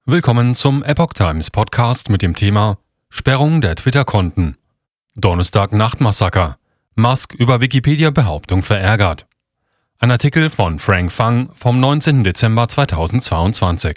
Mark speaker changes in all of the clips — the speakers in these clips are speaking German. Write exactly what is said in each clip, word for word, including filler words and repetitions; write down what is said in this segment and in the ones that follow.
Speaker 1: Willkommen zum Epoch Times Podcast mit dem Thema Sperrung der Twitter-Konten. Donnerstag-Nacht-Massaker. Musk über Wikipedia-Behauptung verärgert. Ein Artikel von Frank Fang vom neunzehnten Dezember zweitausendzweiundzwanzig.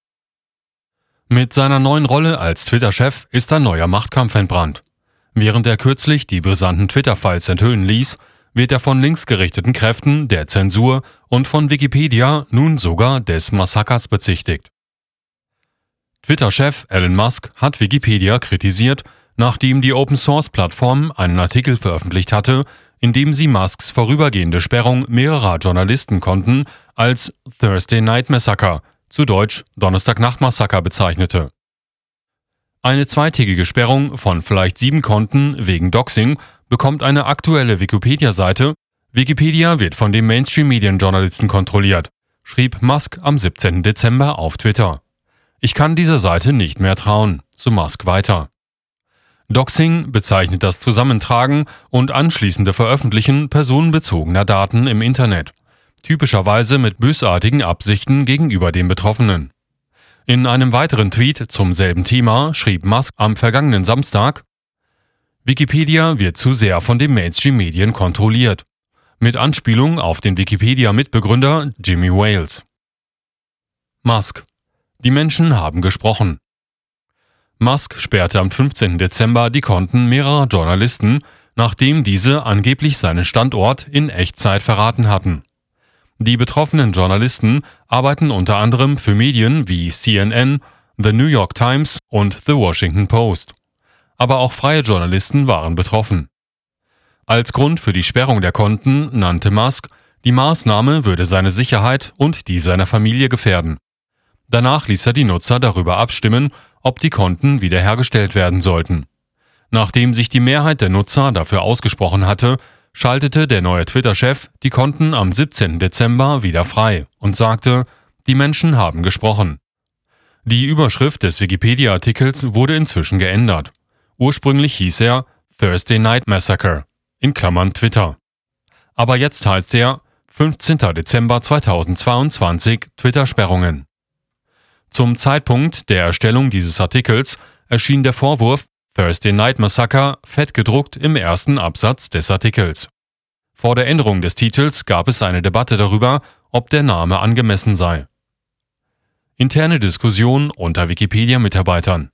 Speaker 1: Mit seiner neuen Rolle als Twitter-Chef ist ein neuer Machtkampf entbrannt. Während er kürzlich die brisanten Twitter-Files enthüllen ließ, wird er von linksgerichteten Kräften der Zensur und von Wikipedia nun sogar des Massakers bezichtigt. Twitter-Chef Elon Musk hat Wikipedia kritisiert, nachdem die Open-Source-Plattform einen Artikel veröffentlicht hatte, in dem sie Musks vorübergehende Sperrung mehrerer Journalistenkonten als Thursday Night Massacre, zu Deutsch Donnerstag-Nacht-Massaker, bezeichnete. Eine zweitägige Sperrung von vielleicht sieben Konten wegen Doxing bekommt eine aktuelle Wikipedia-Seite. Wikipedia wird von dem Mainstream-Medienjournalisten kontrolliert, schrieb Musk am siebzehnten Dezember auf Twitter. Ich kann dieser Seite nicht mehr trauen, so Musk weiter. Doxing bezeichnet das Zusammentragen und anschließende Veröffentlichen personenbezogener Daten im Internet, typischerweise mit bösartigen Absichten gegenüber den Betroffenen. In einem weiteren Tweet zum selben Thema schrieb Musk am vergangenen Samstag: Wikipedia wird zu sehr von den Mainstream-Medien kontrolliert, mit Anspielung auf den Wikipedia-Mitbegründer Jimmy Wales. Musk: Die Menschen haben gesprochen. Musk sperrte am fünfzehnten Dezember die Konten mehrerer Journalisten, nachdem diese angeblich seinen Standort in Echtzeit verraten hatten. Die betroffenen Journalisten arbeiten unter anderem für Medien wie C N N, The New York Times und The Washington Post. Aber auch freie Journalisten waren betroffen. Als Grund für die Sperrung der Konten nannte Musk, die Maßnahme würde seine Sicherheit und die seiner Familie gefährden. Danach ließ er die Nutzer darüber abstimmen, ob die Konten wiederhergestellt werden sollten. Nachdem sich die Mehrheit der Nutzer dafür ausgesprochen hatte, schaltete der neue Twitter-Chef die Konten am siebzehnten Dezember wieder frei und sagte, die Menschen haben gesprochen. Die Überschrift des Wikipedia-Artikels wurde inzwischen geändert. Ursprünglich hieß er Thursday Night Massacre, in Klammern Twitter. Aber jetzt heißt er fünfzehnten Dezember zweitausendzweiundzwanzig Twitter-Sperrungen. Zum Zeitpunkt der Erstellung dieses Artikels erschien der Vorwurf Thursday Night Massacre fett gedruckt im ersten Absatz des Artikels. Vor der Änderung des Titels gab es eine Debatte darüber, ob der Name angemessen sei. Interne Diskussion unter Wikipedia-Mitarbeitern.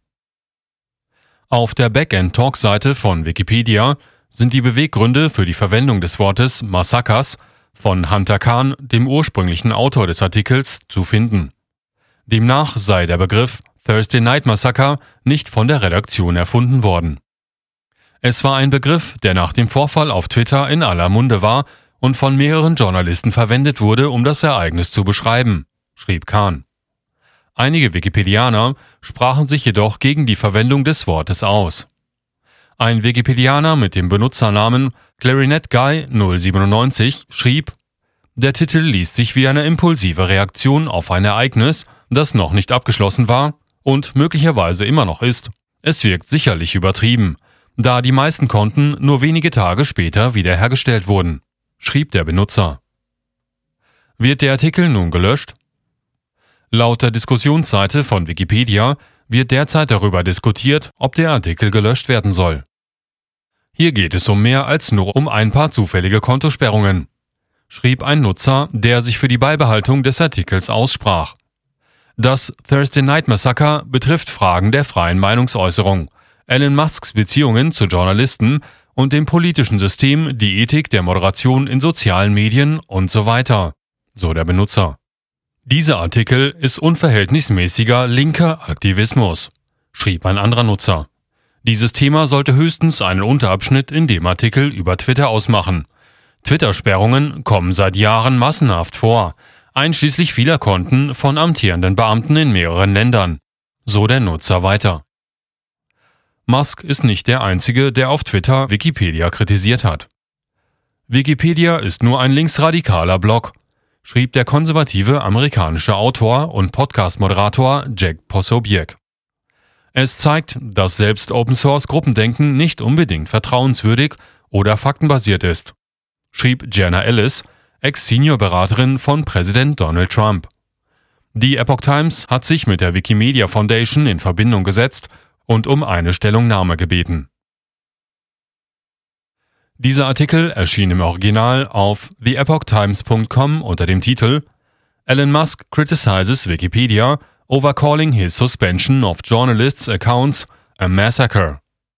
Speaker 1: Auf der Backend-Talk-Seite von Wikipedia sind die Beweggründe für die Verwendung des Wortes Massakers von Hunter Kahn, dem ursprünglichen Autor des Artikels, zu finden. Demnach sei der Begriff Thursday Night Massacre nicht von der Redaktion erfunden worden. Es war ein Begriff, der nach dem Vorfall auf Twitter in aller Munde war und von mehreren Journalisten verwendet wurde, um das Ereignis zu beschreiben, schrieb Kahn. Einige Wikipedianer sprachen sich jedoch gegen die Verwendung des Wortes aus. Ein Wikipedianer mit dem Benutzernamen Clarinet Guy null siebenundneunzig schrieb: Der Titel liest sich wie eine impulsive Reaktion auf ein Ereignis, das noch nicht abgeschlossen war und möglicherweise immer noch ist. Es wirkt sicherlich übertrieben, da die meisten Konten nur wenige Tage später wiederhergestellt wurden, schrieb der Benutzer. Wird der Artikel nun gelöscht? Laut der Diskussionsseite von Wikipedia wird derzeit darüber diskutiert, ob der Artikel gelöscht werden soll. Hier geht es um mehr als nur um ein paar zufällige Kontosperrungen, schrieb ein Nutzer, der sich für die Beibehaltung des Artikels aussprach. Das Thursday Night Massacre betrifft Fragen der freien Meinungsäußerung, Elon Musks Beziehungen zu Journalisten und dem politischen System, die Ethik der Moderation in sozialen Medien und so weiter, so der Benutzer. Dieser Artikel ist unverhältnismäßiger linker Aktivismus, schrieb ein anderer Nutzer. Dieses Thema sollte höchstens einen Unterabschnitt in dem Artikel über Twitter ausmachen. Twitter-Sperrungen kommen seit Jahren massenhaft vor, einschließlich vieler Konten von amtierenden Beamten in mehreren Ländern, so der Nutzer weiter. Musk ist nicht der Einzige, der auf Twitter Wikipedia kritisiert hat. Wikipedia ist nur ein linksradikaler Blog, schrieb der konservative amerikanische Autor und Podcast-Moderator Jack Posobiec. Es zeigt, dass selbst Open-Source-Gruppendenken nicht unbedingt vertrauenswürdig oder faktenbasiert ist, schrieb Jenna Ellis, Ex-Senior-Beraterin von Präsident Donald Trump. Die Epoch Times hat sich mit der Wikimedia Foundation in Verbindung gesetzt und um eine Stellungnahme gebeten. Dieser Artikel erschien im Original auf the epoch times dot com unter dem Titel Elon Musk criticizes Wikipedia over calling his suspension of journalists' accounts a massacre.